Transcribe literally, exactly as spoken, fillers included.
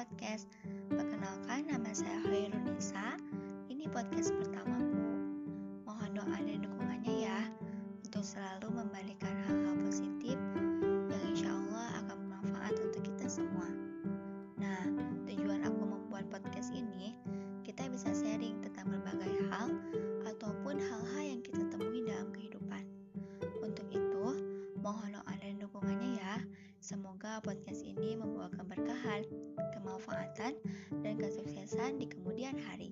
Podcast. Perkenalkan, nama saya Khairunisa. Ini podcast pertamaku. Mohon doa dan dukungannya ya, untuk selalu memberikan hal-hal positif yang insya Allah akan bermanfaat untuk kita semua. Nah, tujuan aku membuat podcast ini, kita bisa sharing tentang berbagai hal ataupun hal-hal yang kita temui dalam kehidupan. Untuk itu, mohon doa dan dukungannya ya. Semoga podcast ini membawa keberkahan, kemanfaatan, dan kesuksesan di kemudian hari.